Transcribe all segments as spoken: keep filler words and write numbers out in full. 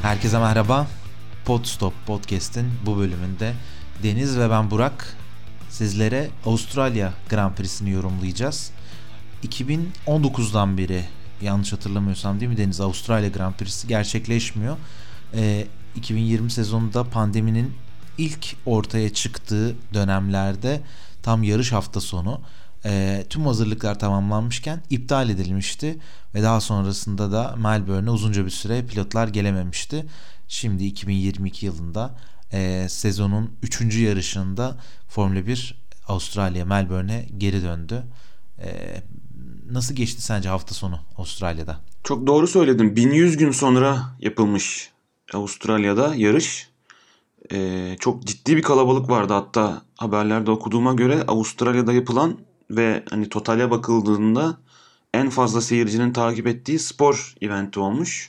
Herkese merhaba. Podstop Podcast'in bu bölümünde Deniz ve ben Burak sizlere Avustralya Grand Prix'sini yorumlayacağız. iki bin on dokuzdan beri, yanlış hatırlamıyorsam değil mi Deniz, Avustralya Grand Prix'si gerçekleşmiyor. Ee, iki bin yirmi sezonunda pandeminin ilk ortaya çıktığı dönemlerde tam yarış hafta sonu e, tüm hazırlıklar tamamlanmışken iptal edilmişti ve daha sonrasında da Melbourne'e uzunca bir süre pilotlar gelememişti. Şimdi iki bin yirmi iki yılında e, sezonun üçüncü yarışında Formula bir Avustralya Melbourne'e geri döndü. E, nasıl geçti sence hafta sonu Avustralya'da? Çok doğru söyledin. bin yüz gün sonra yapılmış Avustralya'da yarış. Ee, çok ciddi bir kalabalık vardı. Hatta haberlerde okuduğuma göre Avustralya'da yapılan ve hani totale bakıldığında en fazla seyircinin takip ettiği spor eventi olmuş.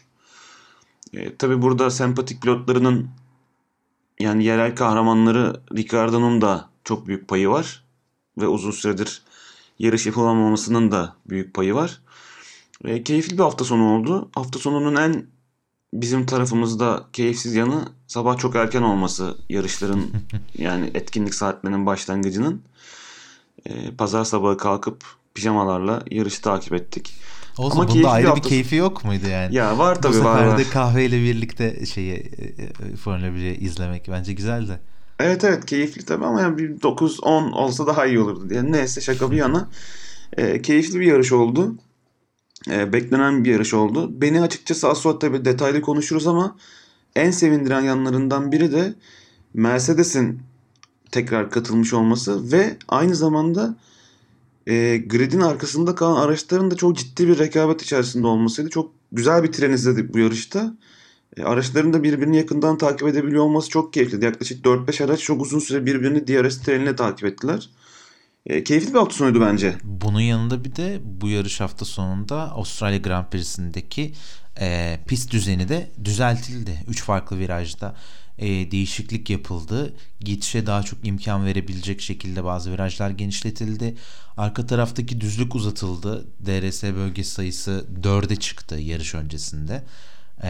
Ee, tabii burada sempatik pilotlarının, yani yerel kahramanları Ricciardo'nun da çok büyük payı var. Ve uzun süredir yarış yapılamamasının da büyük payı var. E, keyifli bir hafta sonu oldu. Hafta sonunun en bizim tarafımızda keyifsiz yanı sabah çok erken olması yarışların yani etkinlik saatlerinin başlangıcının. E, pazar sabahı kalkıp pijamalarla yarışı takip ettik. Olsun, ama bunda ayrı bir, bir keyfi yok muydu yani? Ya var tabii, var var. Bu sefer de kahveyle birlikte şeyi Formula biri izlemek bence güzeldi. Evet evet keyifli tabii ama yani bir dokuz on olsa daha iyi olurdu diye. Neyse, şaka bir yana. E, keyifli bir yarış oldu. E, beklenen bir yarış oldu. Beni açıkçası az sonra tabii detaylı konuşuruz ama en sevindiren yanlarından biri de Mercedes'in tekrar katılmış olması ve aynı zamanda e, gridin arkasında kalan araçların da çok ciddi bir rekabet içerisinde olmasıydı. Çok güzel bir tren izledik bu yarışta. E, araçların da birbirini yakından takip edebiliyor olması çok keyifliydi. Yaklaşık dört beş araç çok uzun süre birbirini D R S trenine takip ettiler. E, keyifli bir hafta sonuydu bence. Bunun yanında bir de bu yarış hafta sonunda Avustralya Grand Prix'sindeki e, pist düzeni de düzeltildi. Üç farklı virajda e, değişiklik yapıldı. Geçişe daha çok imkan verebilecek şekilde bazı virajlar genişletildi. Arka taraftaki düzlük uzatıldı. D R S bölgesi sayısı dörde çıktı yarış öncesinde. Ee,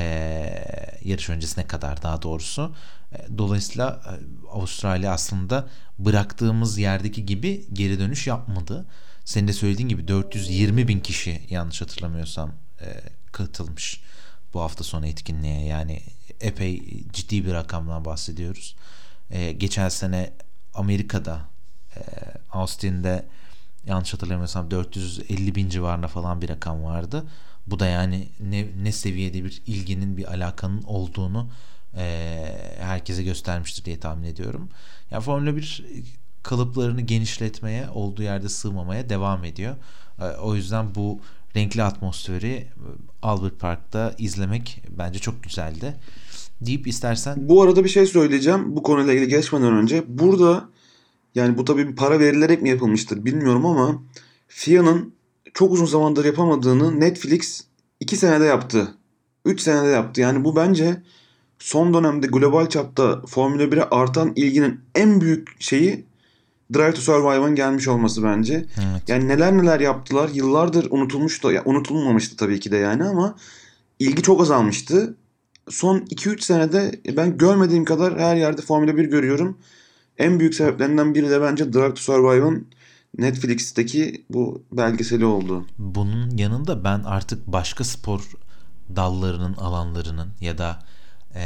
yarış öncesine kadar daha doğrusu. Dolayısıyla Avustralya aslında bıraktığımız yerdeki gibi geri dönüş yapmadı. Senin de söylediğin gibi dört yüz yirmi bin kişi, yanlış hatırlamıyorsam, e, katılmış bu hafta sonu etkinliğe. Yani epey ciddi bir rakamdan bahsediyoruz. E, geçen sene Amerika'da e, Austin'de yanlış hatırlamıyorsam dört yüz elli bin civarında falan bir rakam vardı. Bu da yani ne, ne seviyede bir ilginin, bir alakanın olduğunu e, herkese göstermiştir diye tahmin ediyorum. Yani Formula bir kalıplarını genişletmeye, olduğu yerde sığmamaya devam ediyor. E, o yüzden bu renkli atmosferi Albert Park'ta izlemek bence çok güzeldi. Deyip istersen... Bu arada bir şey söyleyeceğim bu konuyla ilgili geçmeden önce. Burada yani bu tabii bir para verilerek mi yapılmıştır bilmiyorum ama F I A'nın çok uzun zamandır yapamadığını Netflix iki senede yaptı. üç senede yaptı. Yani bu bence son dönemde global çapta Formula bire artan ilginin en büyük şeyi Drive to Survive'ın gelmiş olması bence. Evet. Yani neler neler yaptılar. Yıllardır unutulmuştu. Ya unutulmamıştı tabii ki de yani ama ilgi çok azalmıştı. Son iki üç senede ben görmediğim kadar her yerde Formula bir görüyorum. En büyük sebeplerinden biri de bence Drive to Survive'ın Netflix'teki bu belgeseli oldu. Bunun yanında ben artık başka spor dallarının, alanlarının ya da e,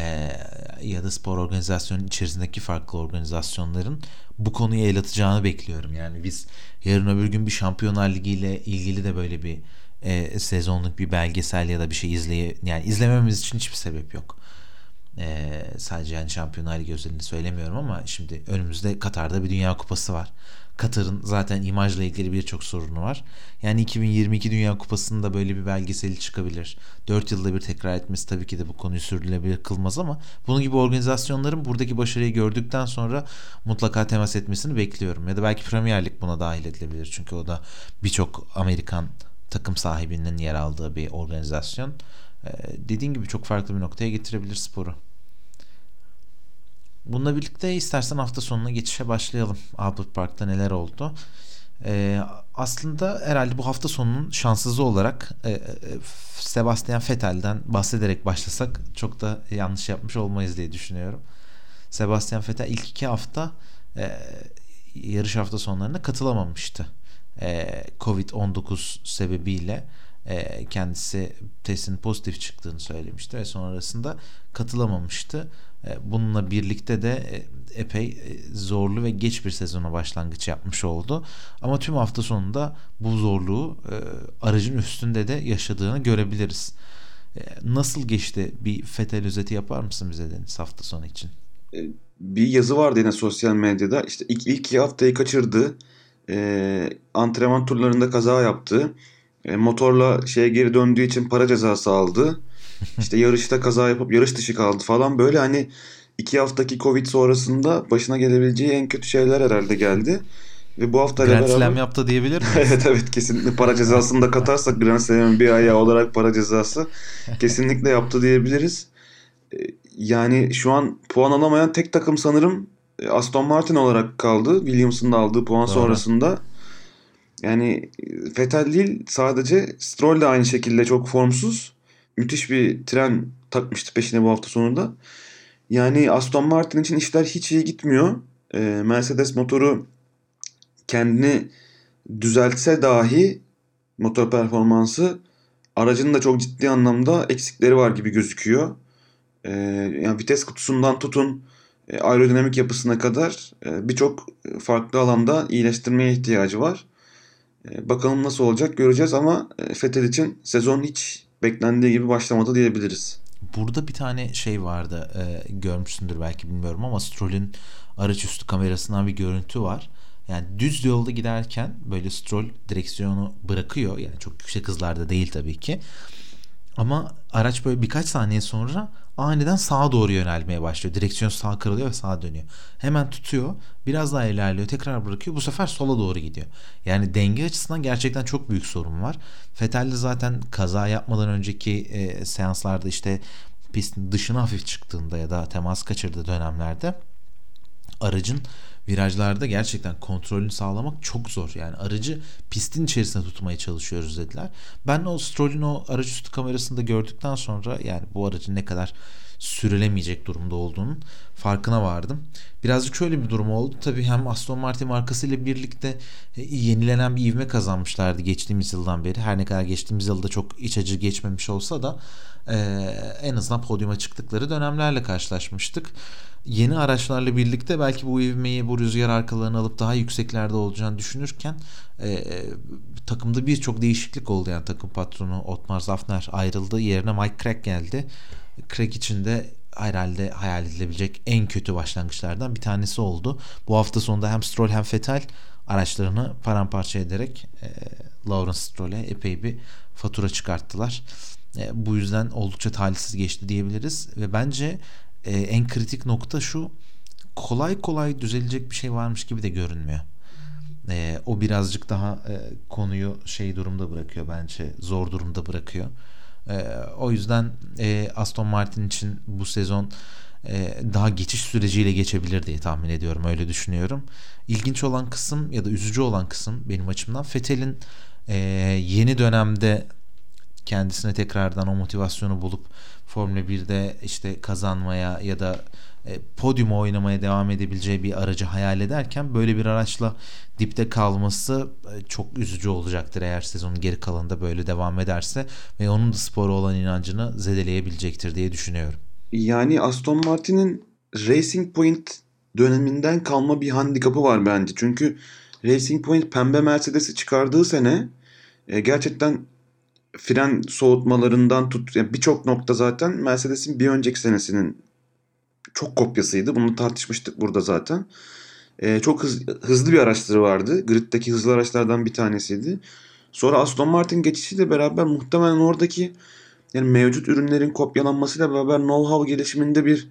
ya da spor organizasyonun içerisindeki farklı organizasyonların bu konuya el atacağını bekliyorum. Yani biz yarın öbür gün bir Şampiyonlar Ligi ile ilgili de böyle bir e, sezonluk bir belgesel ya da bir şey izleye yani izlememiz için hiçbir sebep yok. E, sadece yani Şampiyonlar Ligi özelinde söylemiyorum ama şimdi önümüzde Katar'da bir Dünya Kupası var. Katar'ın zaten imajla ilgili birçok sorunu var. Yani iki bin yirmi iki Dünya Kupası'nda böyle bir belgeseli çıkabilir. dört yılda bir tekrar etmesi tabii ki de bu konuyu sürdürülebilir kılmaz ama bunun gibi organizasyonların buradaki başarıyı gördükten sonra mutlaka temas etmesini bekliyorum. Ya da belki Premier Lig buna dahil edilebilir. Çünkü o da birçok Amerikan takım sahibinin yer aldığı bir organizasyon. Ee, dediğin gibi çok farklı bir noktaya getirebilir sporu. Bununla birlikte istersen hafta sonuna geçişe başlayalım. Albert Park'ta neler oldu? E, aslında herhalde bu hafta sonunun şanssızı olarak e, e, Sebastian Vettel'den bahsederek başlasak çok da yanlış yapmış olmayız diye düşünüyorum. Sebastian Vettel ilk iki hafta e, yarış hafta sonlarına katılamamıştı. E, covid on dokuz sebebiyle e, kendisi testin pozitif çıktığını söylemişti ve sonrasında katılamamıştı. E, bununla birlikte de e, epey e, zorlu ve geç bir sezona başlangıç yapmış oldu. Ama tüm hafta sonunda bu zorluğu e, aracın üstünde de yaşadığını görebiliriz. E, nasıl geçti? Bir Vettel özeti yapar mısın bize Deniz hafta sonu için? E, Bir yazı vardı yine sosyal medyada. İşte ilk, ilk iki haftayı kaçırdı. E, antrenman turlarında kaza yaptı. E, motorla şeye geri döndüğü için para cezası aldı. İşte yarışta kaza yapıp yarış dışı kaldı falan. Böyle hani iki haftaki Covid sonrasında başına gelebileceği en kötü şeyler herhalde geldi. Ve bu haftayla Grand beraber Slam yaptı diyebilir miyiz? evet evet kesinlikle para cezasını da katarsak Grand Slam'ın bir ayağı olarak para cezası kesinlikle yaptı diyebiliriz. E, Yani şu an puan alamayan tek takım sanırım e, Aston Martin olarak kaldı. Williams'ın da aldığı puan Doğru. sonrasında. Yani e, Vettel değil sadece Stroll de aynı şekilde çok formsuz. Müthiş bir tren takmıştı peşine bu hafta sonunda. Yani Aston Martin için işler hiç iyi gitmiyor. E, Mercedes motoru kendini düzeltse dahi motor performansı aracın da çok ciddi anlamda eksikleri var gibi gözüküyor. Ee, Yani vites kutusundan tutun e, aerodinamik yapısına kadar e, birçok farklı alanda iyileştirmeye ihtiyacı var. E, bakalım nasıl olacak göreceğiz ama e, Vettel için sezon hiç beklendiği gibi başlamadı diyebiliriz. Burada bir tane şey vardı, e, görmüşsündür belki bilmiyorum ama Stroll'ün araç üstü kamerasından bir görüntü var. Yani düz yolda giderken böyle Stroll direksiyonu bırakıyor. Yani çok yüksek hızlarda değil tabii ki. Ama araç böyle birkaç saniye sonra aniden sağa doğru yönelmeye başlıyor. Direksiyon sağa kırılıyor ve sağa dönüyor. Hemen tutuyor. Biraz daha ilerliyor. Tekrar bırakıyor. Bu sefer sola doğru gidiyor. Yani denge açısından gerçekten çok büyük sorun var. Vettel de zaten kaza yapmadan önceki e, seanslarda işte pistin dışına hafif çıktığında ya da temas kaçırdığı dönemlerde aracın virajlarda gerçekten kontrolünü sağlamak çok zor. Yani aracı pistin içerisinde tutmaya çalışıyoruz dediler. Ben o Stroll'ün o araç üstü kamerasını da gördükten sonra yani bu aracın ne kadar sürülemeyecek durumda olduğunun farkına vardım. Birazcık şöyle bir durum oldu. Tabii hem Aston Martin markasıyla birlikte e, yenilenen bir ivme kazanmışlardı geçtiğimiz yıldan beri. Her ne kadar geçtiğimiz yılda çok iç acı geçmemiş olsa da e, en azından podyuma çıktıkları dönemlerle karşılaşmıştık. Yeni araçlarla birlikte belki bu ivmeyi, bu rüzgar arkalarını alıp daha yükseklerde olacağını düşünürken e, takımda birçok değişiklik oldu. Yani takım patronu Otmar Zafner ayrıldı. Yerine Mike Crack geldi. Crack için de herhalde hayal edilebilecek en kötü başlangıçlardan bir tanesi oldu. Bu hafta sonunda hem Stroll hem Vettel araçlarını paramparça ederek e, Lawrence Stroll'e epey bir fatura çıkarttılar. E, bu yüzden oldukça talihsiz geçti diyebiliriz ve bence e, en kritik nokta şu: kolay kolay düzelecek bir şey varmış gibi de görünmüyor. E, o birazcık daha e, konuyu şey durumda bırakıyor, bence zor durumda bırakıyor. E, o yüzden e, Aston Martin için bu sezon e, daha geçiş süreciyle geçebilir diye tahmin ediyorum, öyle düşünüyorum. İlginç olan kısım ya da üzücü olan kısım benim açımdan Vettel'in e, yeni dönemde kendisine tekrardan o motivasyonu bulup Formula birde işte kazanmaya ya da e, podyuma oynamaya devam edebileceği bir aracı hayal ederken böyle bir araçla dipte kalması e, çok üzücü olacaktır eğer sezonun geri kalanında böyle devam ederse ve onun da spora olan inancını zedeleyebilecektir diye düşünüyorum. Yani Aston Martin'in Racing Point döneminden kalma bir handikapı var bence. Çünkü Racing Point pembe Mercedes'i çıkardığı sene e, gerçekten fren soğutmalarından tut yani birçok nokta zaten Mercedes'in bir önceki senesinin çok kopyasıydı. Bunu tartışmıştık burada zaten. Ee, çok hız, hızlı bir araçları vardı. Grid'deki hızlı araçlardan bir tanesiydi. Sonra Aston Martin geçişiyle beraber muhtemelen oradaki yani mevcut ürünlerin kopyalanmasıyla beraber know-how gelişiminde bir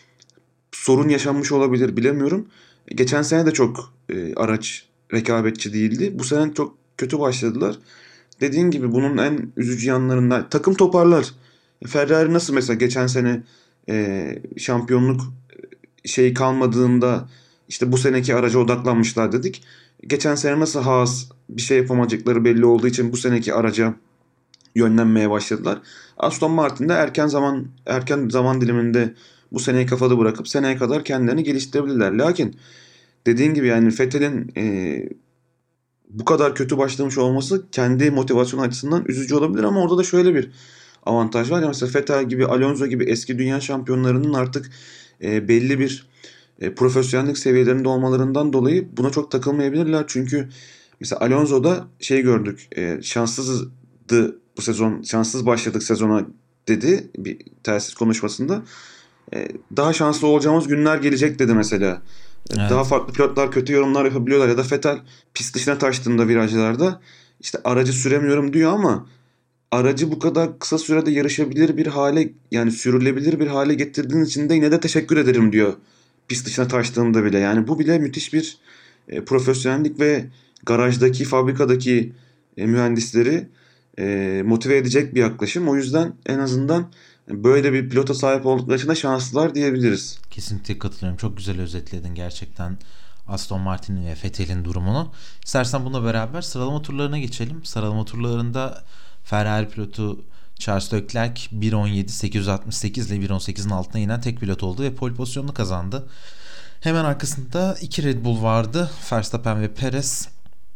sorun yaşanmış olabilir bilemiyorum. Geçen sene de çok e, araç rekabetçi değildi. Bu sene çok kötü başladılar. Dediğin gibi bunun en üzücü yanlarından takım toparlar. Ferrari nasıl mesela geçen sene e, şampiyonluk şeyi kalmadığında işte bu seneki araca odaklanmışlar dedik. Geçen sene nasıl Haas bir şey yapamayacakları belli olduğu için bu seneki araca yönlenmeye başladılar. Aston Martin de erken zaman erken zaman diliminde bu seneyi kafada bırakıp seneye kadar kendilerini geliştirebilirler. Lakin dediğin gibi yani Vettel'in e, bu kadar kötü başlamış olması kendi motivasyon açısından üzücü olabilir ama orada da şöyle bir avantaj var. Ya mesela Vettel gibi, Alonso gibi eski dünya şampiyonlarının artık e, belli bir e, profesyonellik seviyelerinde olmalarından dolayı buna çok takılmayabilirler. Çünkü mesela Alonso'da şey gördük. E, şanssızdı bu sezon. Şanssız başladık sezona dedi bir telsiz konuşmasında. E, daha şanslı olacağımız günler gelecek dedi mesela. E, Daha Evet. farklı pilotlar kötü yorumlar yapabiliyorlar ya da Vettel pist dışına taştığında virajlarda işte aracı süremiyorum diyor ama aracı bu kadar kısa sürede yarışabilir bir hale yani sürülebilir bir hale getirdiğin için de yine de teşekkür ederim diyor. Pist dışına taştığında bile. Yani bu bile müthiş bir e, profesyonellik ve garajdaki, fabrikadaki e, mühendisleri e, motive edecek bir yaklaşım. O yüzden en azından böyle bir pilota sahip oldukları için de şanslılar diyebiliriz. Kesinlikle katılıyorum. Çok güzel özetledin gerçekten Aston Martin ve Vettel'in durumunu. İstersen bununla beraber sıralama turlarına geçelim. Sıralama turlarında Ferrari pilotu Charles Leclerc bir on yedi sekiz yüz altmış sekiz ile bir on sekizin altına inen tek pilot oldu ve pole pozisyonunu kazandı. Hemen arkasında iki Red Bull vardı. Verstappen ve Perez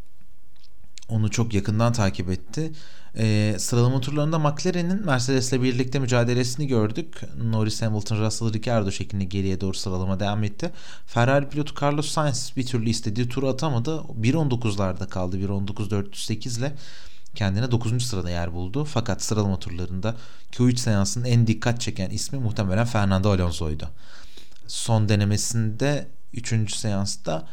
onu çok yakından takip etti. Ee, sıralama turlarında McLaren'in Mercedes'le birlikte mücadelesini gördük. Norris, Hamilton, Russell, Ricciardo şeklinde geriye doğru sıralama devam etti. Ferrari pilotu Carlos Sainz bir türlü istediği turu atamadı. bir on dokuzlarda kaldı. bir on dokuz dört yüz sekiz ile kendine dokuzuncu sırada yer buldu. Fakat sıralama turlarında Q üç seansının en dikkat çeken ismi muhtemelen Fernando Alonso'ydu. Son denemesinde üçüncü seansta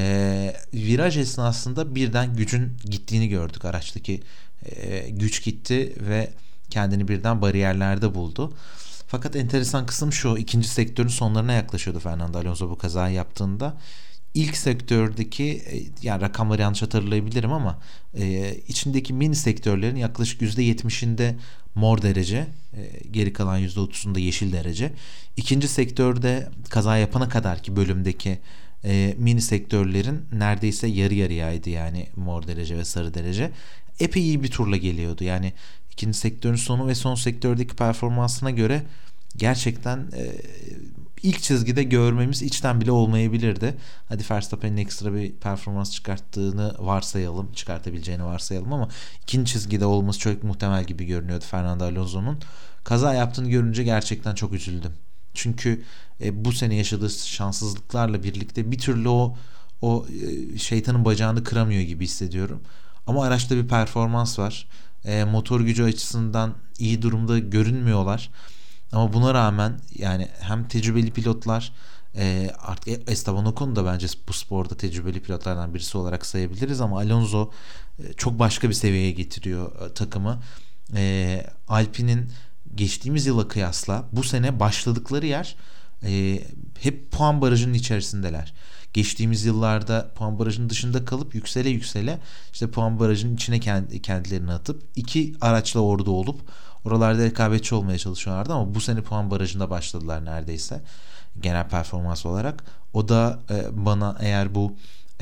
e, viraj esnasında birden gücün gittiğini gördük. Araçtaki e, güç gitti ve kendini birden bariyerlerde buldu. Fakat enteresan kısım şu: ikinci sektörün sonlarına yaklaşıyordu Fernando Alonso bu kazayı yaptığında. İlk sektördeki e, yani rakamları yanlış hatırlayabilirim ama e, içindeki mini sektörlerin yaklaşık yüzde yetmişinde mor derece, e, geri kalan yüzde otuzunda yeşil derece. İkinci sektörde kaza yapana kadar ki bölümdeki e, mini sektörlerin neredeyse yarı yarıyaydı, yani mor derece ve sarı derece. Epey iyi bir turla geliyordu. Yani ikinci sektörün sonu ve son sektördeki performansına göre gerçekten e, ilk çizgide görmemiz içten bile olmayabilirdi. Hadi Verstappen'in ekstra bir performans çıkarttığını varsayalım, çıkartabileceğini varsayalım ama ikinci çizgide olması çok muhtemel gibi görünüyordu Fernando Alonso'nun. Kaza yaptığını görünce gerçekten çok üzüldüm. Çünkü e, bu sene yaşadığı şanssızlıklarla birlikte bir türlü o o e, şeytanın bacağını kıramıyor gibi hissediyorum. Ama araçta bir performans var. E, motor gücü açısından iyi durumda görünmüyorlar. Ama buna rağmen yani hem tecrübeli pilotlar, e, artık Esteban Ocon da bence bu sporda tecrübeli pilotlardan birisi olarak sayabiliriz ama Alonso e, çok başka bir seviyeye getiriyor e, takımı. E, Alpine'in geçtiğimiz yıla kıyasla bu sene başladıkları yer e, hep puan barajının içerisindeler. Geçtiğimiz yıllarda puan barajının dışında kalıp yüksele yüksele işte puan barajının içine kendi, kendilerini atıp iki araçla orada olup oralarda rekabetçi olmaya çalışıyorlardı ama bu sene puan barajında başladılar neredeyse genel performans olarak. O da e, bana eğer bu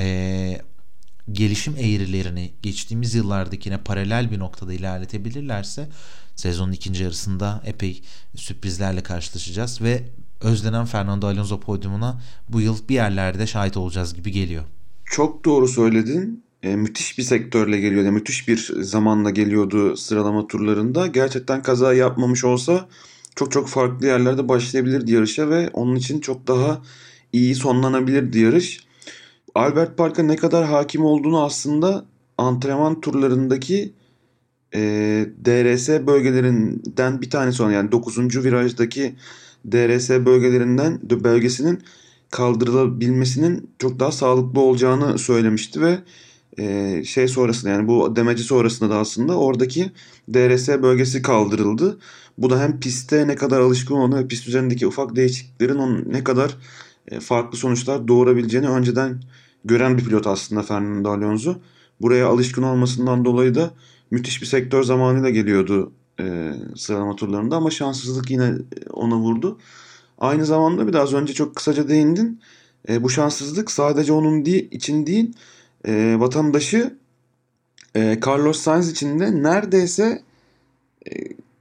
e, gelişim eğrilerini geçtiğimiz yıllardakine paralel bir noktada ilerletebilirlerse sezonun ikinci yarısında epey sürprizlerle karşılaşacağız ve özlenen Fernando Alonso podyumuna bu yıl bir yerlerde şahit olacağız gibi geliyor. Çok doğru söyledin. E, müthiş bir sektörle geliyordu. Müthiş bir zamanla geliyordu sıralama turlarında. Gerçekten kaza yapmamış olsa çok çok farklı yerlerde başlayabilirdi yarışa ve onun için çok daha iyi sonlanabilirdi yarış. Albert Park'a ne kadar hakim olduğunu aslında antrenman turlarındaki e, D R S bölgelerinden bir tanesi olan yani dokuzuncu virajdaki D R S bölgelerinden bölgesinin kaldırılabilmesinin çok daha sağlıklı olacağını söylemişti ve e, şey sonrasında yani bu demeci sonrasında da aslında oradaki D R S bölgesi kaldırıldı. Bu da hem pistte ne kadar alışkın olduğunu ve pist üzerindeki ufak değişikliklerin onun ne kadar e, farklı sonuçlar doğurabileceğini önceden gören bir pilot aslında Fernando Alonso. Buraya alışkın olmasından dolayı da müthiş bir sektör zamanıyla geliyordu e, sıralama turlarında ama şanssızlık yine ona vurdu. Aynı zamanda bir daha az önce çok kısaca değindin. E, bu şanssızlık sadece onun değil, için değil e, vatandaşı e, Carlos Sainz için de neredeyse e,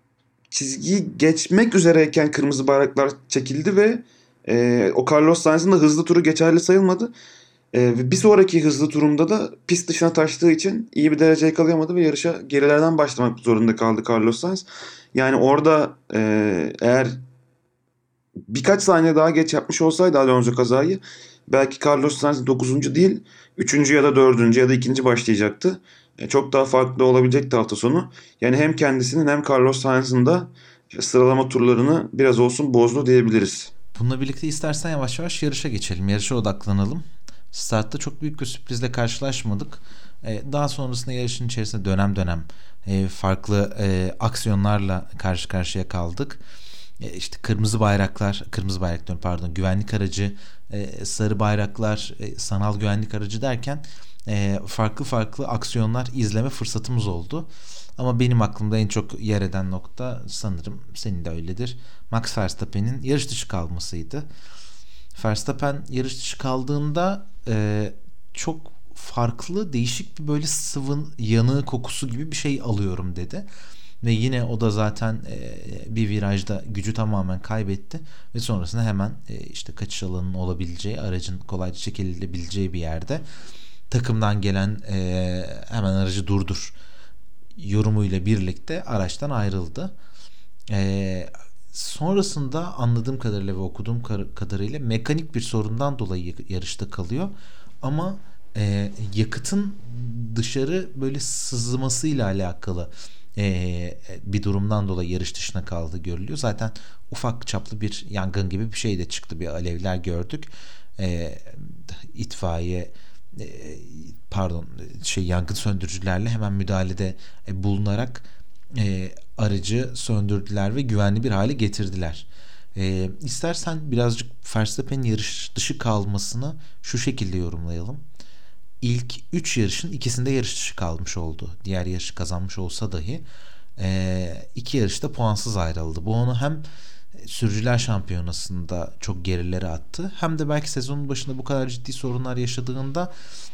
çizgiyi geçmek üzereyken kırmızı bayraklar çekildi ve e, o Carlos Sainz'ın da hızlı turu geçerli sayılmadı. E, ve bir sonraki hızlı turunda da pist dışına taştığı için iyi bir derece yakalayamadı ve yarışa gerilerden başlamak zorunda kaldı Carlos Sainz. Yani orada e, eğer birkaç saniye daha geç yapmış olsaydı Alonso kazayı, belki Carlos Sainz dokuzuncu değil üçüncü ya da dördüncü ya da ikinci başlayacaktı. E, çok daha farklı olabilecekti hafta sonu. Yani hem kendisinin hem Carlos Sainz'ın da sıralama turlarını biraz olsun bozdu diyebiliriz. Bununla birlikte istersen yavaş yavaş yarışa geçelim. Yarışa odaklanalım. Startta çok büyük bir sürprizle karşılaşmadık. Ee, daha sonrasında yarışın içerisinde dönem dönem e, farklı e, aksiyonlarla karşı karşıya kaldık. E, işte kırmızı bayraklar, kırmızı bayrak diyorum pardon, güvenlik aracı, e, sarı bayraklar, e, sanal güvenlik aracı derken e, farklı farklı aksiyonlar izleme fırsatımız oldu. Ama benim aklımda en çok yer eden nokta, sanırım senin de öyledir, Max Verstappen'in yarış dışı kalmasıydı. Verstappen yarış dışı kaldığında e, çok farklı, değişik bir böyle sıvı yanığı kokusu gibi bir şey alıyorum dedi. Ve yine o da zaten e, bir virajda gücü tamamen kaybetti ve sonrasında hemen e, işte kaçış alanının olabileceği, aracın kolayca çekilebileceği bir yerde takımdan gelen e, hemen aracı durdur yorumuyla birlikte araçtan ayrıldı. E, sonrasında anladığım kadarıyla ve okuduğum kadarıyla mekanik bir sorundan dolayı yarışta kalıyor. Ama e, yakıtın dışarı böyle sızmasıyla alakalı e, bir durumdan dolayı yarış dışına kaldığı görülüyor. Zaten ufak çaplı bir yangın gibi bir şey de çıktı. Bir alevler gördük. E, itfaiye e, pardon şey yangın söndürücülerle hemen müdahalede e, bulunarak e, aracı söndürdüler ve güvenli bir hale getirdiler. E, istersen birazcık Verstappen'in yarış dışı kalmasını şu şekilde yorumlayalım. İlk üç yarışın ikisinde yarış dışı kalmış oldu. Diğer yarışı kazanmış olsa dahi e, iki yarışta puansız ayrıldı. Bu onu hem Sürücüler Şampiyonası'nda çok gerilere attı, hem de belki sezonun başında bu kadar ciddi sorunlar yaşadığında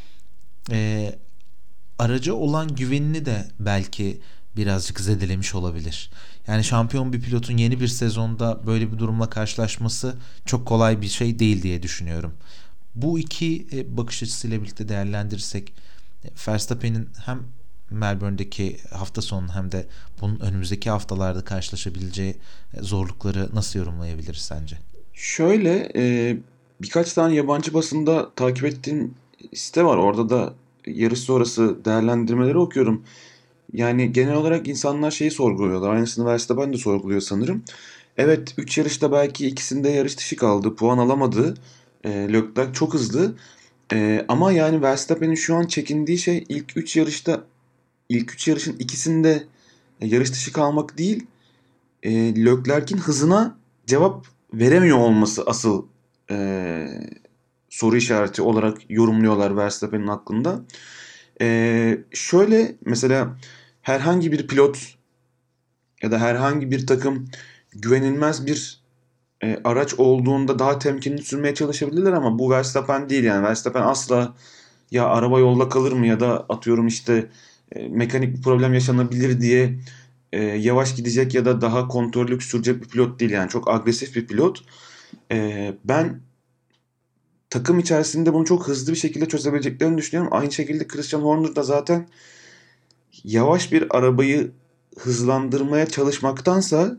e, araca olan güvenini de belki birazcık zedelemiş olabilir. Yani şampiyon bir pilotun yeni bir sezonda böyle bir durumla karşılaşması çok kolay bir şey değil diye düşünüyorum. Bu iki e, bakış açısıyla birlikte değerlendirirsek e, Verstappen'in hem Melbourne'deki hafta sonu hem de bunun önümüzdeki haftalarda karşılaşabileceği e, zorlukları nasıl yorumlayabiliriz sence? Şöyle e, birkaç tane yabancı basında takip ettiğim site var. Orada da yarış sonrası değerlendirmeleri okuyorum. Yani genel olarak insanlar şeyi sorguluyorlar. Aynısını Verstappen de sorguluyor sanırım. Evet, üç yarışta belki ikisinde yarış dışı kaldı. Puan alamadı. E, Leclerc çok hızlı. E, ama yani Verstappen'in şu an çekindiği şey ilk üç yarışta ilk üç yarışın ikisinde yarış dışı kalmak değil. E, Leclerc'in hızına cevap veremiyor olması asıl e, soru işareti olarak yorumluyorlar Verstappen'in hakkında. E, şöyle mesela herhangi bir pilot ya da herhangi bir takım güvenilmez bir e, araç olduğunda daha temkinli sürmeye çalışabilirler ama bu Verstappen değil yani. Verstappen asla ya araba yolda kalır mı ya da atıyorum işte e, mekanik bir problem yaşanabilir diye e, yavaş gidecek ya da daha kontrollü sürecek bir pilot değil yani. Çok agresif bir pilot. E, ben takım içerisinde bunu çok hızlı bir şekilde çözebileceklerini düşünüyorum. Aynı şekilde Christian Horner da zaten yavaş bir arabayı hızlandırmaya çalışmaktansa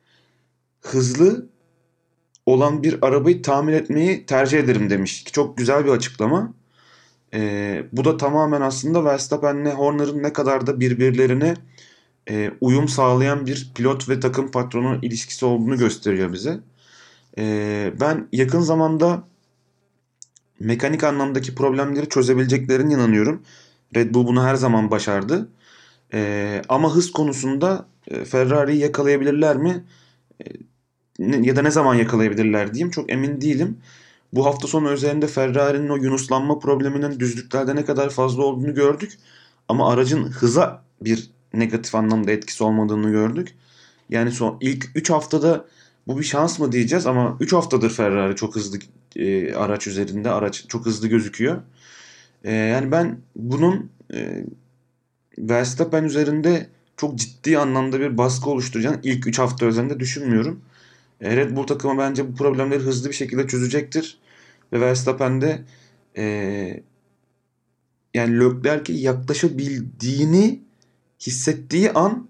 hızlı olan bir arabayı tamir etmeyi tercih ederim demiş. Çok güzel bir açıklama. Ee, bu da tamamen aslında Verstappen'le Horner'ın ne kadar da birbirlerine e, uyum sağlayan bir pilot ve takım patronu ilişkisi olduğunu gösteriyor bize. Ee, ben yakın zamanda mekanik anlamdaki problemleri çözebileceklerine inanıyorum. Red Bull bunu her zaman başardı. Ee, ama hız konusunda e, Ferrari'yi yakalayabilirler mi? E, ne- ya da ne zaman yakalayabilirler diyeyim. Çok emin değilim. Bu hafta sonu üzerinde Ferrari'nin o yunuslanma probleminin düzlüklerde ne kadar fazla olduğunu gördük. Ama aracın hıza bir negatif anlamda etkisi olmadığını gördük. Yani son ilk üç haftada bu bir şans mı diyeceğiz ama üç haftadır Ferrari çok hızlı e, araç üzerinde. Araç çok hızlı gözüküyor. E, yani ben bunun e, Verstappen üzerinde çok ciddi anlamda bir baskı oluşturacağını ilk üç hafta özelinde düşünmüyorum. E, Red Bull takımı bence bu problemleri hızlı bir şekilde çözecektir. Ve Verstappen de e, yani Leclerc'e yaklaşabildiğini hissettiği an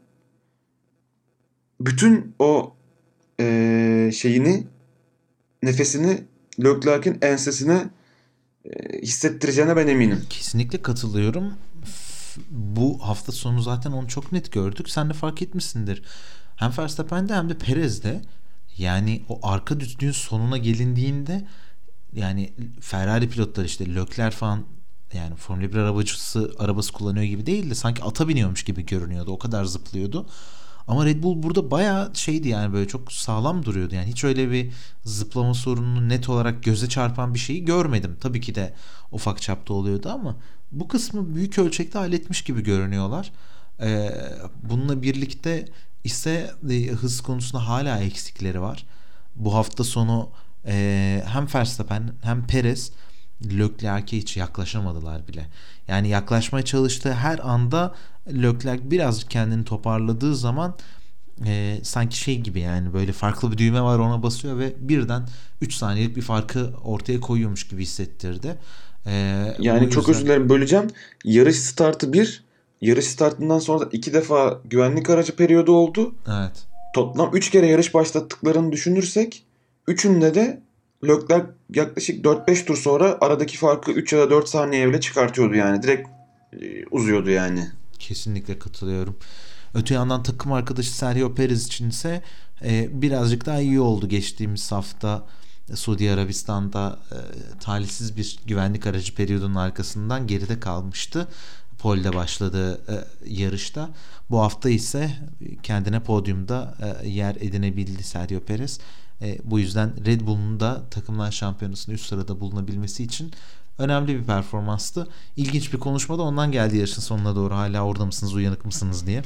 bütün o e, şeyini, nefesini Leclerc'in ensesine e, hissettireceğine ben eminim. Kesinlikle katılıyorum. F- Bu hafta sonu zaten onu çok net gördük. Sen de fark etmişsindir. Hem Verstappen'de hem de Perez'de, yani o arka düzlüğün sonuna gelindiğinde, yani Ferrari pilotları işte Leclerc falan, yani Formula bir arabacısı arabası kullanıyor gibi değil de sanki ata biniyormuş gibi görünüyordu. O kadar zıplıyordu. Ama Red Bull burada bayağı şeydi, yani böyle çok sağlam duruyordu. Yani hiç öyle bir zıplama sorununu net olarak göze çarpan bir şeyi görmedim. Tabii ki de ufak çapta oluyordu ama bu kısmı büyük ölçekte halletmiş gibi görünüyorlar. Ee, bununla birlikte ise e, hız konusunda hala eksikleri var. Bu hafta sonu e, hem Verstappen hem Perez Leclerc'e hiç yaklaşamadılar bile. Yani yaklaşmaya çalıştığı her anda Leclerc birazcık kendini toparladığı zaman e, sanki şey gibi, yani böyle farklı bir düğme var, ona basıyor ve birden üç saniyelik bir farkı ortaya koyuyormuş gibi hissettirdi. E, bu Yani çok özür yüzden dilerim, böleceğim. Yarış startı bir, yarış startından sonra da iki defa güvenlik aracı periyodu oldu. evet, Toplam üç kere yarış başlattıklarını düşünürsek üçünde de Leclerc yaklaşık dört beş tur sonra aradaki farkı üç ya da dört saniye bile çıkartıyordu yani. Direkt e, uzuyordu yani. kesinlikle katılıyorum. Öte yandan takım arkadaşı Sergio Perez için ise e, birazcık daha iyi oldu. Geçtiğimiz hafta Suudi Arabistan'da e, talihsiz bir güvenlik aracı periyodunun arkasından geride kalmıştı. Pole'de başladığı e, yarışta. Bu hafta ise kendine podyumda e, yer edinebildi Sergio Perez. E, bu yüzden Red Bull'un da takımlar şampiyonasında üst sırada bulunabilmesi için önemli bir performanstı. İlginç bir konuşma da ondan geldi yarışın sonuna doğru. Hala orada mısınız, uyanık mısınız diye.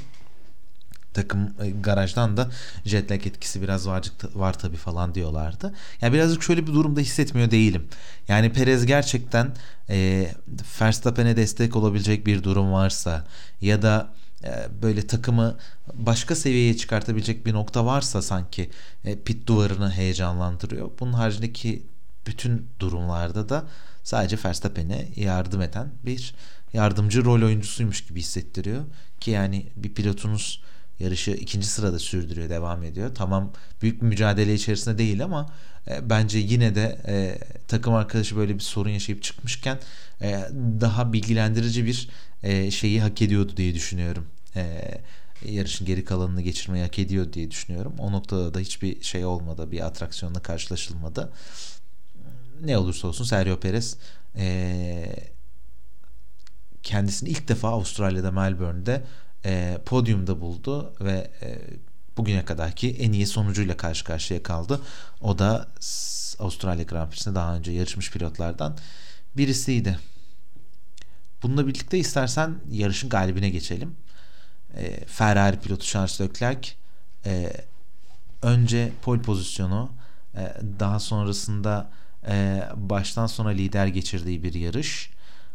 Takım e, garajdan da jet lag etkisi biraz var, var tabii falan diyorlardı. Yani birazcık şöyle bir durumda hissetmiyor değilim. Yani Perez gerçekten e, Verstappen'e destek olabilecek bir durum varsa ya da e, böyle takımı başka seviyeye çıkartabilecek bir nokta varsa sanki e, pit duvarını heyecanlandırıyor. Bunun haricindeki bütün durumlarda da sadece Verstappen'e yardım eden bir yardımcı rol oyuncusuymuş gibi hissettiriyor. Ki yani bir pilotunuz yarışı ikinci sırada sürdürüyor, devam ediyor. Tamam, büyük bir mücadele içerisinde değil ama e, bence yine de e, takım arkadaşı böyle bir sorun yaşayıp çıkmışken e, daha bilgilendirici bir e, şeyi hak ediyordu diye düşünüyorum. E, yarışın geri kalanını geçirmeyi hak ediyor diye düşünüyorum. O noktada da hiçbir şey olmadı, bir atraksiyonla karşılaşılmadı. Ne olursa olsun Sergio Perez e, kendisini ilk defa Avustralya'da, Melbourne'de e, podyumda buldu ve e, bugüne kadarki en iyi sonucuyla karşı karşıya kaldı. O da Avustralya Grand Prix'sinde daha önce yarışmış pilotlardan birisiydi. Bununla birlikte istersen yarışın galibine geçelim. E, Ferrari pilotu Charles Leclerc e, önce pole pozisyonu, e, daha sonrasında e, baştan sona lider geçirdiği bir yarış,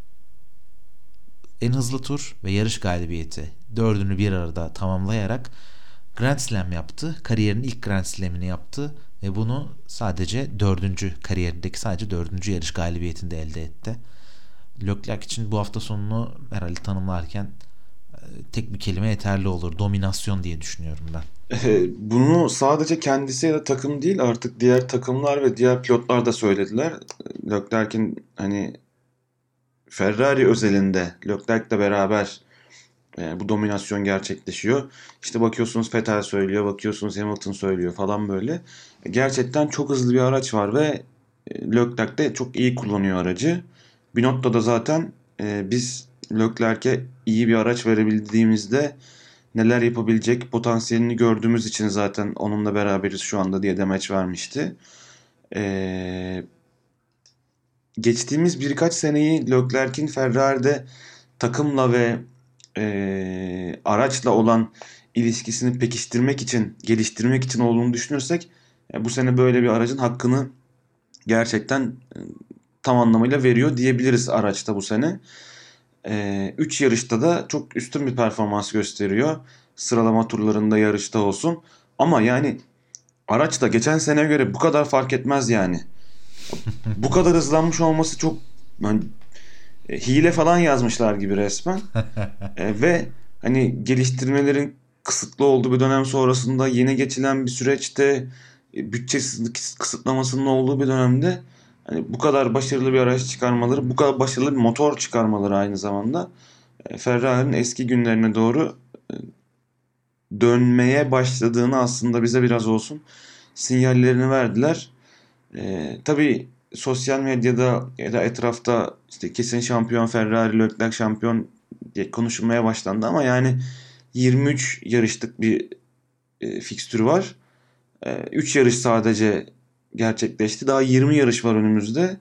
en hızlı tur ve yarış galibiyeti, dördünü bir arada tamamlayarak Grand Slam yaptı. Kariyerinin ilk Grand Slam'ini yaptı ve bunu sadece dördüncü kariyerindeki sadece dördüncü yarış galibiyetinde elde etti. Leclerc için bu hafta sonunu herhalde tanımlarken e, tek bir kelime yeterli olur. Dominasyon diye düşünüyorum ben. E, bunu sadece kendisi ya da takım değil, artık diğer takımlar ve diğer pilotlar da söylediler. Leclerc'in hani Ferrari özelinde Leclerc'le beraber e, bu dominasyon gerçekleşiyor. İşte bakıyorsunuz Vettel söylüyor, bakıyorsunuz Hamilton söylüyor falan böyle. Gerçekten çok hızlı bir araç var ve e, Leclerc de çok iyi kullanıyor aracı. Binotto da zaten e, biz Leclerc'e iyi bir araç verebildiğimizde neler yapabilecek potansiyelini gördüğümüz için zaten onunla beraberiz şu anda diye demeç vermişti. Ee, geçtiğimiz birkaç seneyi Leclerc'in Ferrari'de takımla ve e, araçla olan ilişkisini pekiştirmek için, geliştirmek için olduğunu düşünürsek e, bu sene böyle bir aracın hakkını gerçekten tam anlamıyla veriyor diyebiliriz araçta bu sene. üç yarışta da çok üstün bir performans gösteriyor. Sıralama turlarında yarışta olsun. Ama yani araç da geçen seneye göre bu kadar fark etmez yani. Bu kadar hızlanmış olması çok yani, e, hile falan yazmışlar gibi resmen. E, ve hani geliştirmelerin kısıtlı olduğu bir dönem sonrasında yeni geçilen bir süreçte e, bütçe kısıtlamasının olduğu bir dönemde hani bu kadar başarılı bir araç çıkarmaları, bu kadar başarılı bir motor çıkarmaları aynı zamanda e, Ferrari'nin eski günlerine doğru e, dönmeye başladığını aslında bize biraz olsun sinyallerini verdiler. E, tabii sosyal medyada ya da etrafta işte kesin şampiyon Ferrari, Leclerc şampiyon diye konuşulmaya başlandı ama yani yirmi üç yarışlık bir e, fikstürü var. E, üç yarış sadece gerçekleşti. Daha yirmi yarış var önümüzde.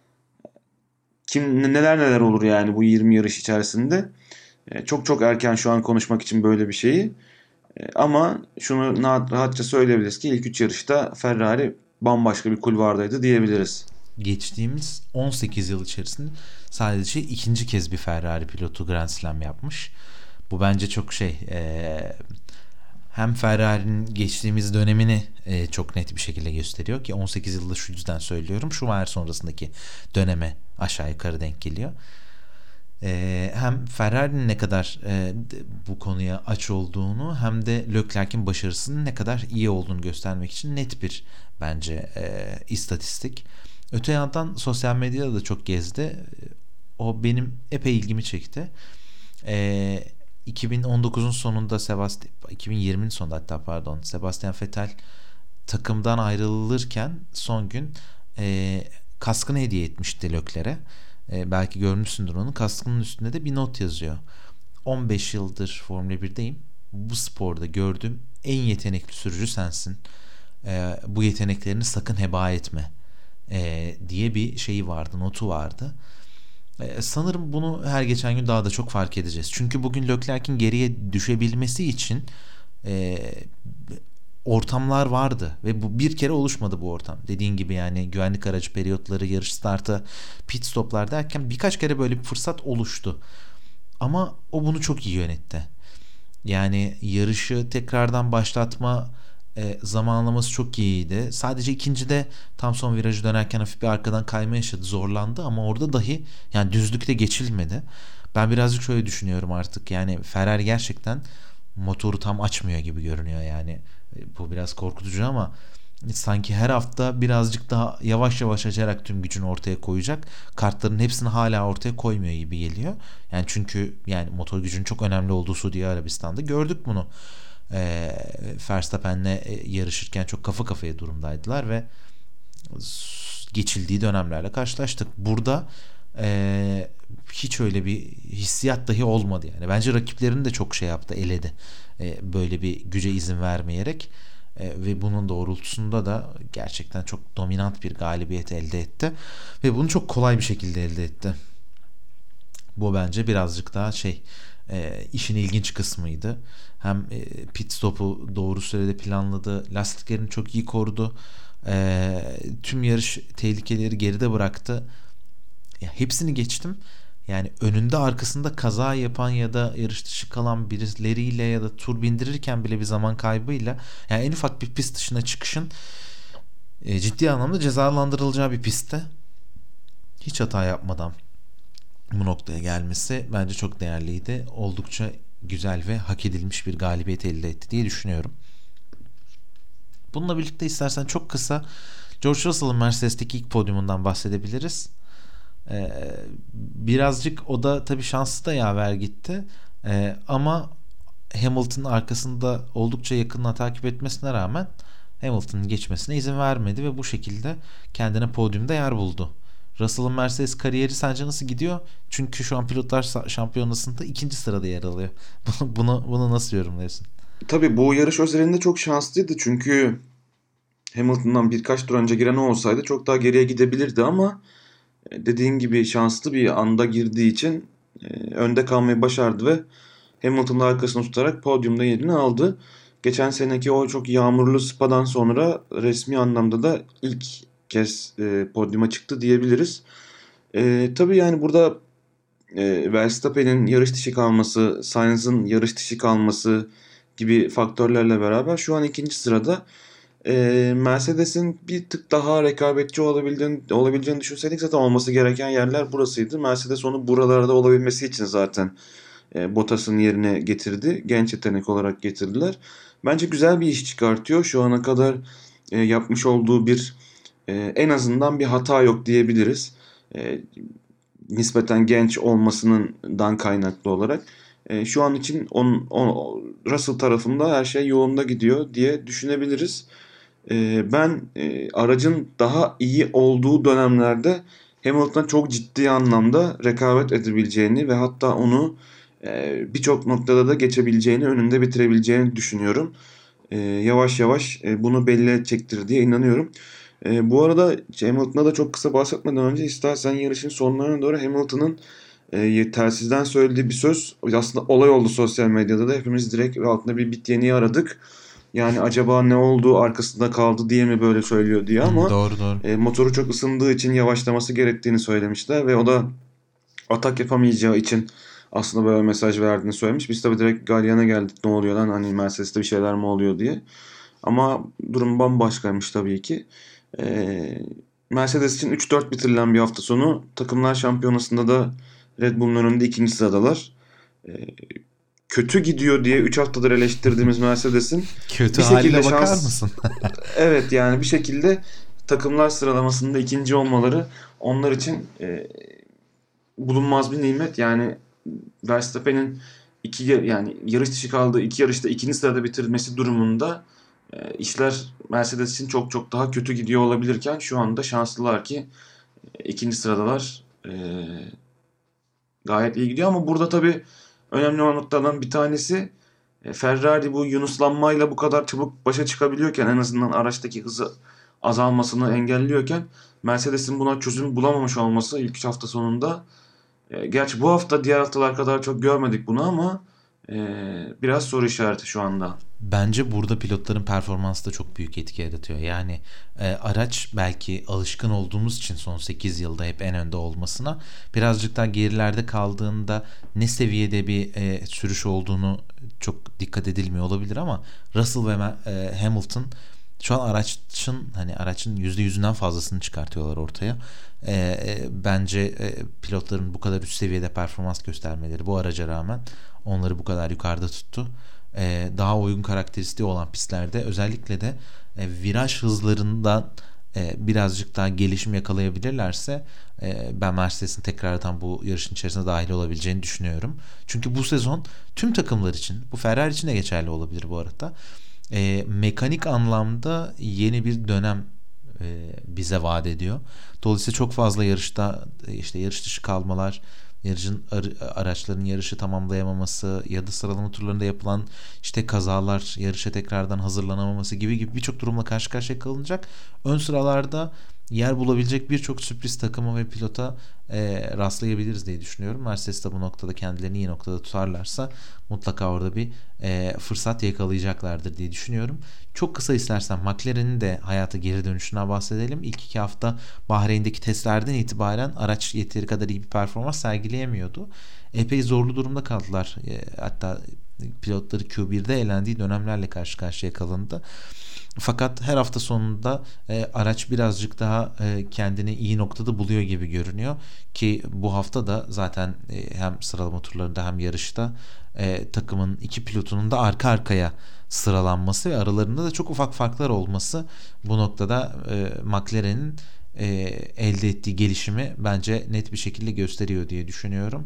Kim neler neler olur yani bu yirmi yarış içerisinde. E, çok çok erken şu an konuşmak için böyle bir şeyi. E, ama şunu rahatça söyleyebiliriz ki ilk üç yarışta Ferrari bambaşka bir kulvardaydı diyebiliriz. Geçtiğimiz on sekiz yıl içerisinde sadece ikinci kez bir Ferrari pilotu Grand Slam yapmış. Bu bence çok şey e, hem Ferrari'nin geçtiğimiz dönemini e, çok net bir şekilde gösteriyor ki on sekiz yılda şu yüzden söylüyorum. Schumacher sonrasındaki döneme aşağı yukarı denk geliyor. E, hem Ferrari'nin ne kadar e, bu konuya aç olduğunu hem de Leclerc'in başarısının ne kadar iyi olduğunu göstermek için net bir bence e, istatistik. Öte yandan sosyal medyada da çok gezdi. O benim epey ilgimi çekti. E, iki bin on dokuzun sonunda Sebastian, iki bin yirminin sonunda hatta pardon Sebastian Vettel takımdan ayrılırken son gün e, kaskını hediye etmişti Leclerc'e. E, belki görmüşsündür onu. Kaskının üstünde de bir not yazıyor. on beş yıldır Formula birdeyim. Bu sporda gördüğüm en yetenekli sürücü sensin. E, bu yeteneklerini sakın heba etme e, diye bir şeyi vardı, notu vardı. E, sanırım bunu her geçen gün daha da çok fark edeceğiz. Çünkü bugün Leclerc'in geriye düşebilmesi için e, ortamlar vardı ve bu bir kere oluşmadı bu ortam. Dediğin gibi yani güvenlik aracı periyotları, yarış startı, pit stoplar derken birkaç kere böyle bir fırsat oluştu. Ama o bunu çok iyi yönetti. Yani yarışı tekrardan başlatma e, zamanlaması çok iyiydi. Sadece ikincide tam son virajı dönerken hafif bir arkadan kayma yaşadı, zorlandı ama orada dahi yani düzlükte geçilmedi. Ben birazcık şöyle düşünüyorum artık. Yani Ferrari gerçekten motoru tam açmıyor gibi görünüyor yani. E, bu biraz korkutucu ama sanki her hafta birazcık daha yavaş yavaş açarak tüm gücünü ortaya koyacak. Kartların hepsini hala ortaya koymuyor gibi geliyor. Yani çünkü yani motor gücünün çok önemli olduğu Suudi Arabistan'da gördük bunu. E, Verstappen'le yarışırken çok kafa kafaya durumdaydılar ve geçildiği dönemlerle karşılaştık. Burada e, hiç öyle bir hissiyat dahi olmadı yani. Bence rakiplerini de çok şey yaptı, eledi. E, böyle bir güce izin vermeyerek e, ve bunun doğrultusunda da gerçekten çok dominant bir galibiyet elde etti ve bunu çok kolay bir şekilde elde etti. Bu bence birazcık daha şey e, işin ilginç kısmıydı. Hem e, pit stopu doğru sürede planladı, lastiklerini çok iyi korudu. E, tüm yarış tehlikeleri geride bıraktı. Ya, hepsini geçtim. Yani önünde arkasında kaza yapan ya da yarış dışı kalan birileriyle ya da tur bindirirken bile bir zaman kaybıyla yani en ufak bir pist dışına çıkışın e, ciddi anlamda cezalandırılacağı bir pistte hiç hata yapmadan bu noktaya gelmesi bence çok değerliydi. Oldukça güzel ve hak edilmiş bir galibiyet elde etti diye düşünüyorum. Bununla birlikte istersen çok kısa George Russell'ın Mercedes'teki ilk podyumundan bahsedebiliriz. Ee, birazcık o da tabii şanslı da yaver gitti. Ee, ama Hamilton'ın arkasında oldukça yakından takip etmesine rağmen Hamilton'ın geçmesine izin vermedi ve bu şekilde kendine podyumda yer buldu. Russell'ın Mercedes kariyeri sence nasıl gidiyor? Çünkü şu an pilotlar şampiyonasında ikinci sırada yer alıyor. bunu bunu nasıl yorumluyorsun? Tabii bu yarış özelinde çok şanslıydı çünkü Hamilton'dan birkaç tur önce giren o olsaydı çok daha geriye gidebilirdi ama dediğin gibi şanslı bir anda girdiği için e, önde kalmayı başardı ve Hamilton'ın arkasını tutarak podyumda yerini aldı. Geçen seneki o çok yağmurlu Spa'dan sonra resmi anlamda da ilk kez e, podyuma çıktı diyebiliriz. E, tabii yani burada e, Verstappen'in yarış dışı kalması, Sainz'ın yarış dışı kalması gibi faktörlerle beraber şu an ikinci sırada. E, Mercedes'in bir tık daha rekabetçi olabildiğini, olabileceğini düşünseydik zaten olması gereken yerler burasıydı. Mercedes onu buralarda olabilmesi için zaten e, Bottas'ın yerine getirdi. Genç yetenek olarak getirdiler. Bence güzel bir iş çıkartıyor. Şu ana kadar e, yapmış olduğu bir e, en azından bir hata yok diyebiliriz. E, Nispeten genç olmasından kaynaklı olarak. E, şu an için on, on, Russell tarafında her şey yolunda gidiyor diye düşünebiliriz. E, ben e, aracın daha iyi olduğu dönemlerde Hamilton'a çok ciddi anlamda rekabet edebileceğini ve hatta onu e, birçok noktada da geçebileceğini, önünde bitirebileceğini düşünüyorum. E, yavaş yavaş e, bunu belli edecektir diye inanıyorum. E, bu arada Hamilton'a da çok kısa bahsetmeden önce istersen yarışın sonlarına doğru Hamilton'ın e, telsizden söylediği bir söz aslında olay oldu sosyal medyada da hepimiz direkt altında bir bit yeniği aradık. Yani acaba ne oldu arkasında kaldı diye mi böyle söylüyor diye Hmm, ama doğru doğru. e, motoru çok ısındığı için yavaşlaması gerektiğini söylemişler ve o da atak yapamayacağı için aslında böyle mesaj verdiğini söylemiş. Biz tabii direkt galyana geldik ne oluyor lan hani Mercedes'te bir şeyler mi oluyor diye. Ama durum bambaşkaymış tabii ki. Ee, Mercedes için üç dört bitirilen bir hafta sonu. Takımlar şampiyonasında da Red Bull'un önünde ikinci sıradalar. Ee, Kötü gidiyor diye üç haftadır eleştirdiğimiz Mercedes'in Kötü bir şekilde haline bakar şans mısın? evet yani bir şekilde takımlar sıralamasında ikinci olmaları onlar için e, bulunmaz bir nimet. Yani Verstappen'in iki yani yarış dışı kaldığı iki yarışta ikinci sırada bitirmesi durumunda e, işler Mercedes için çok çok daha kötü gidiyor olabilirken şu anda şanslılar ki e, ikinci sıradalar. E, gayet iyi gidiyor ama burada tabii önemli olan noktalardan bir tanesi e, Ferrari bu yunuslanmayla bu kadar çabuk başa çıkabiliyorken en azından araçtaki hızı azalmasını engelliyorken Mercedes'in buna çözüm bulamamış olması ilk üç hafta sonunda. E, gerçi bu hafta diğer haftalar kadar çok görmedik bunu ama e, biraz soru işareti şu anda. Bence burada pilotların performansı da çok büyük etki yaratıyor. Yani e, araç belki alışkın olduğumuz için son sekiz yılda hep en önde olmasına birazcık daha gerilerde kaldığında ne seviyede bir e, sürüş olduğunu çok dikkat edilmiyor olabilir ama Russell ve e, Hamilton şu an araçın hani araçın yüzde yüzünden fazlasını çıkartıyorlar ortaya. E, e, bence e, pilotların bu kadar üst seviyede performans göstermeleri bu araca rağmen onları bu kadar yukarıda tuttu. E, daha uygun karakteristiği olan pistlerde özellikle de e, viraj hızlarından e, birazcık daha gelişim yakalayabilirlerse e, ben Mercedes'in tekrardan bu yarışın içerisine dahil olabileceğini düşünüyorum. Çünkü bu sezon tüm takımlar için, bu Ferrari için de geçerli olabilir bu arada. E, mekanik anlamda yeni bir dönem e, bize vaat ediyor. Dolayısıyla çok fazla yarışta e, işte yarış dışı kalmalar, yarışın araçların yarışı tamamlayamaması ya da sıralama turlarında yapılan işte kazalar, yarışa tekrardan hazırlanamaması gibi gibi birçok durumla karşı karşıya kalınacak. Ön sıralarda yer bulabilecek birçok sürpriz takıma ve pilota e, rastlayabiliriz diye düşünüyorum. Mercedes de bu noktada kendilerini iyi noktada tutarlarsa mutlaka orada bir e, fırsat yakalayacaklardır diye düşünüyorum. Çok kısa istersen McLaren'in de hayata geri dönüşünden bahsedelim. İlk iki hafta Bahreyn'deki testlerden itibaren araç yeteri kadar iyi bir performans sergileyemiyordu. Epey zorlu durumda kaldılar. E, hatta pilotları Q bir'de elendiği dönemlerle karşı karşıya kalındı. Fakat her hafta sonunda e, araç birazcık daha e, kendini iyi noktada buluyor gibi görünüyor ki bu hafta da zaten e, hem sıralama turlarında hem yarışta e, takımın iki pilotunun da arka arkaya sıralanması ve aralarında da çok ufak farklar olması bu noktada e, McLaren'in e, elde ettiği gelişimi bence net bir şekilde gösteriyor diye düşünüyorum.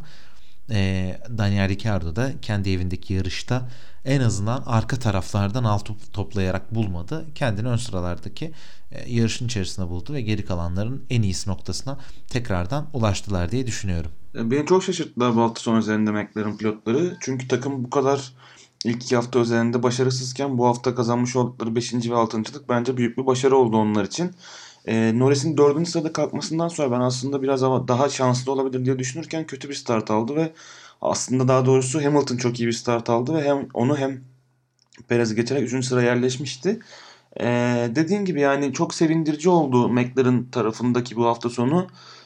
E, Daniel Ricciardo da kendi evindeki yarışta en azından arka taraflardan alt toplayarak bulmadı. Kendini ön sıralardaki e, yarışın içerisinde buldu ve geri kalanların en iyisi noktasına tekrardan ulaştılar diye düşünüyorum. Beni çok şaşırttılar bu hafta sonu üzerinde McLaren pilotları. Çünkü takım bu kadar ilk iki hafta üzerinde başarısızken bu hafta kazanmış oldukları beşinci ve altıncılık bence büyük bir başarı oldu onlar için. E, Norris'in dördüncü sırada kalkmasından sonra ben aslında biraz daha şanslı olabilir diye düşünürken kötü bir start aldı ve aslında daha doğrusu Hamilton çok iyi bir start aldı ve hem onu hem Perez'i geçerek üçüncü sıraya yerleşmişti. Ee, dediğim gibi yani çok sevindirici oldu McLaren tarafındaki bu hafta sonu.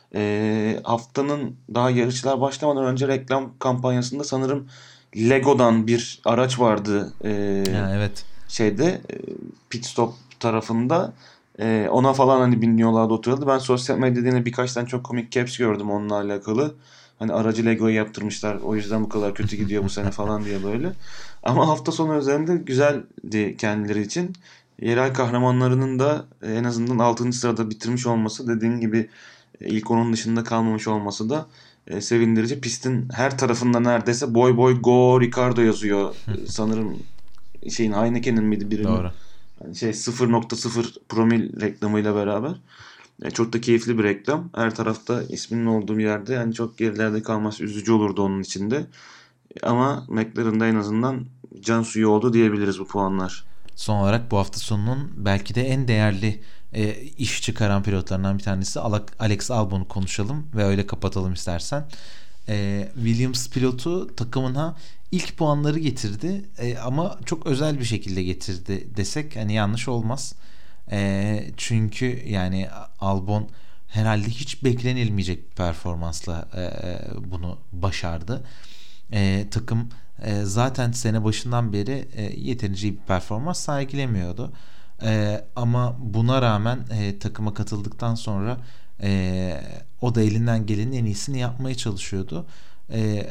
E, haftanın daha yarışlar başlamadan önce reklam kampanyasında sanırım Lego'dan bir araç vardı. E, Ha, evet. şeyde e, pit stop tarafında. E, ona falan hani biniyorlardı, oturuyordu. Ben sosyal medyada yine birkaç tane çok komik caps gördüm onunla alakalı. Hani aracı Lego'yu yaptırmışlar, o yüzden bu kadar kötü gidiyor bu sene falan diye böyle. Ama hafta sonu üzerinde güzeldi kendileri için. Yerel kahramanlarının da en azından altıncı sırada bitirmiş olması, dediğin gibi ilk onun dışında kalmamış olması da e, sevindirici. Pistin her tarafında neredeyse boy boy go Ricardo yazıyor. E, sanırım şeyin Heineken'in miydi birinin, Doğru. yani şey sıfır nokta sıfır promil reklamıyla beraber. E, çok da keyifli bir reklam. Her tarafta isminin olduğu bir yerde yani çok gerilerde kalması üzücü olurdu onun içinde. Ama McLaren'da en azından can suyu oldu diyebiliriz bu puanlar. Son olarak bu hafta sonunun belki de en değerli e, iş çıkaran pilotlarından bir tanesi Alex Albon'u konuşalım ve öyle kapatalım istersen. E, Williams pilotu takımına ilk puanları getirdi e, ama çok özel bir şekilde getirdi desek hani yanlış olmaz. E, çünkü yani Albon herhalde hiç beklenilmeyecek bir performansla e, bunu başardı. E, takım e, zaten sene başından beri e, yeterince bir performans sergilemiyordu. E, ama buna rağmen e, takıma katıldıktan sonra e, o da elinden gelenin en iyisini yapmaya çalışıyordu. E,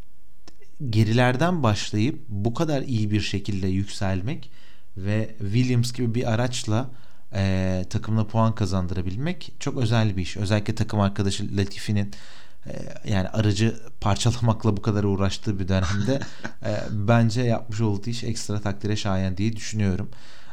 Gerilerden başlayıp bu kadar iyi bir şekilde yükselmek ve Williams gibi bir araçla e, takımına puan kazandırabilmek çok özel bir iş. Özellikle takım arkadaşı Latifi'nin yani aracı parçalamakla bu kadar uğraştığı bir dönemde e, bence yapmış olduğu iş ekstra takdire şayan diye düşünüyorum.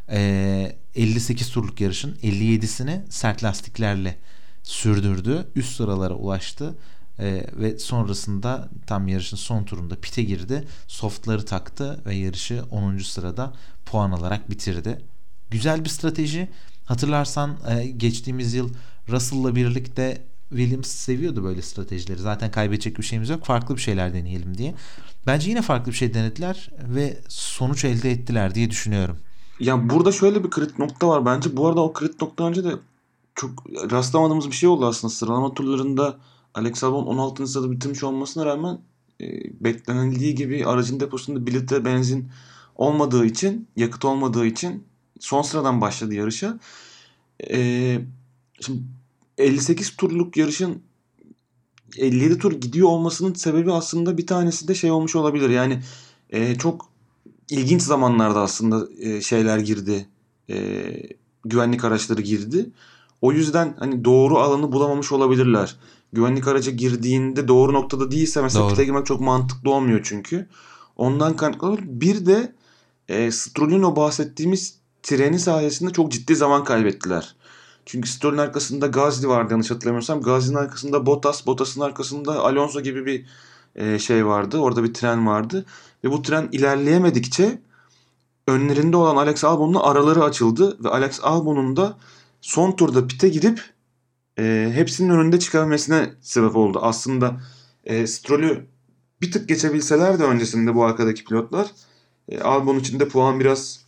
E, elli sekiz turluk yarışın elli yedisini sert lastiklerle sürdürdü. Üst sıralara ulaştı. E, ve sonrasında tam yarışın son turunda pite girdi. Softları taktı ve yarışı onuncu sırada puan alarak bitirdi. Güzel bir strateji. Hatırlarsan e, geçtiğimiz yıl Russell'la birlikte Williams seviyordu böyle stratejileri. Zaten kaybedecek bir şeyimiz yok. Farklı bir şeyler deneyelim diye. Bence yine farklı bir şey denediler ve sonuç elde ettiler diye düşünüyorum. Ya burada şöyle bir kritik nokta var bence. Bu arada o kritik nokta önce de çok rastlamadığımız bir şey oldu aslında. Sıralama turlarında Alex Albon on altıncı sırada bitirmiş olmasına rağmen e, beklenildiği gibi aracın deposunda bir litre benzin olmadığı için, yakıt olmadığı için son sıradan başladı yarışa. E, şimdi elli sekiz turluk yarışın elli yedi tur gidiyor olmasının sebebi aslında bir tanesi de şey olmuş olabilir. Yani e, çok ilginç zamanlarda aslında e, şeyler girdi. E, güvenlik araçları girdi. O yüzden hani doğru alanı bulamamış olabilirler. Güvenlik araca girdiğinde doğru noktada değilse mesela pite Doğru. girmek çok mantıklı olmuyor çünkü. Ondan kaynaklı olur. Bir de e, Stroll'ün o bahsettiğimiz treni sayesinde çok ciddi zaman kaybettiler. Çünkü Stroll'ün arkasında Gasly vardı yanlış hatırlamıyorsam. Gasly'nin arkasında Bottas, Bottas'ın arkasında Alonso gibi bir e, şey vardı. Orada bir tren vardı. Ve bu tren ilerleyemedikçe önlerinde olan Alex Albon'la araları açıldı. Ve Alex Albon'un da son turda pite gidip e, hepsinin önünde çıkabilmesine sebep oldu. Aslında e, Stroll'ü bir tık geçebilseler de öncesinde bu arkadaki pilotlar e, Albon için de puan biraz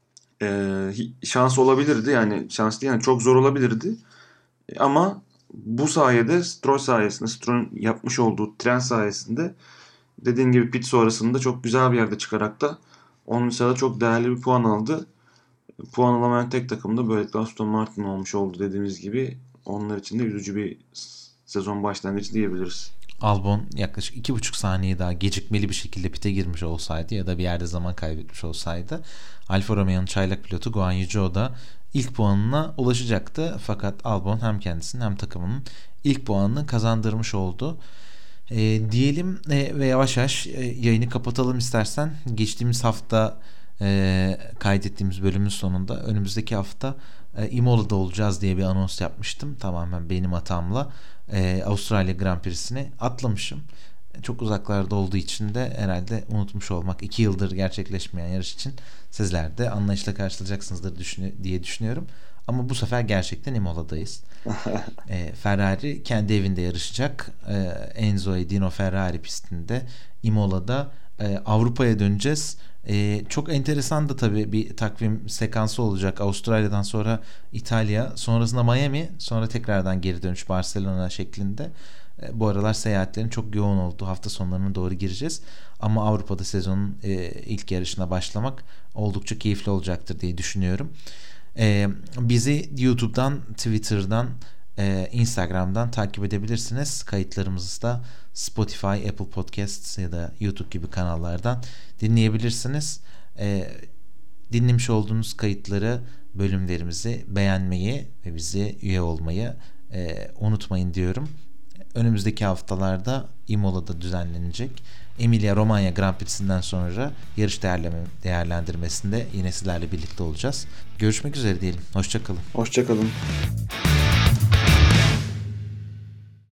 e, şans olabilirdi. Yani şans değil yani çok zor olabilirdi. E, ama bu sayede Stroll sayesinde Stroll'ün yapmış olduğu tren sayesinde dediğin gibi pit sonrasında çok güzel bir yerde çıkarak da onuncu sırada çok değerli bir puan aldı. Puan alamayan tek takım da böylelikle Aston Martin olmuş oldu dediğimiz gibi. Onlar için de üzücü bir sezon başlangıcı diyebiliriz. Albon yaklaşık iki buçuk saniye daha gecikmeli bir şekilde pite girmiş olsaydı ya da bir yerde zaman kaybetmiş olsaydı Alfa Romeo'nun çaylak pilotu Guan Yu Zhou da ilk puanına ulaşacaktı. Fakat Albon hem kendisinin hem takımının ilk puanını kazandırmış oldu. E, diyelim e, ve yavaş yavaş e, yayını kapatalım istersen. Geçtiğimiz hafta e, kaydettiğimiz bölümün sonunda önümüzdeki hafta e, Imola'da olacağız diye bir anons yapmıştım. Tamamen benim hatamla e, Avustralya Grand Prix'sini atlamışım. Çok uzaklarda olduğu için de herhalde unutmuş olmak, iki yıldır gerçekleşmeyen yarış için sizler de anlayışla karşılayacaksınızdır düşün- diye düşünüyorum. Ama bu sefer gerçekten Imola'dayız. e, Ferrari kendi evinde yarışacak. E, Enzo e Dino Ferrari pistinde Imola'da e, Avrupa'ya döneceğiz. Ee, çok enteresan da tabii bir takvim sekansı olacak. Avustralya'dan sonra İtalya, sonrasında Miami, sonra tekrardan geri dönüş Barcelona şeklinde. Ee, bu aralar seyahatlerin çok yoğun olduğu hafta sonlarına doğru gireceğiz. Ama Avrupa'da sezonun e, ilk yarışına başlamak oldukça keyifli olacaktır diye düşünüyorum. Ee, bizi YouTube'dan, Twitter'dan, e, Instagram'dan takip edebilirsiniz. Kayıtlarımızı da Spotify, Apple Podcasts ya da YouTube gibi kanallardan dinleyebilirsiniz. Ee, dinlemiş olduğunuz kayıtları, bölümlerimizi beğenmeyi ve bize üye olmayı e, unutmayın diyorum. Önümüzdeki haftalarda Imola'da düzenlenecek Emilia Romagna Grand Prix'sinden sonra yarış değerleme, değerlendirmesinde yine sizlerle birlikte olacağız. Görüşmek üzere diyelim. Hoşça kalın. Hoşça kalın.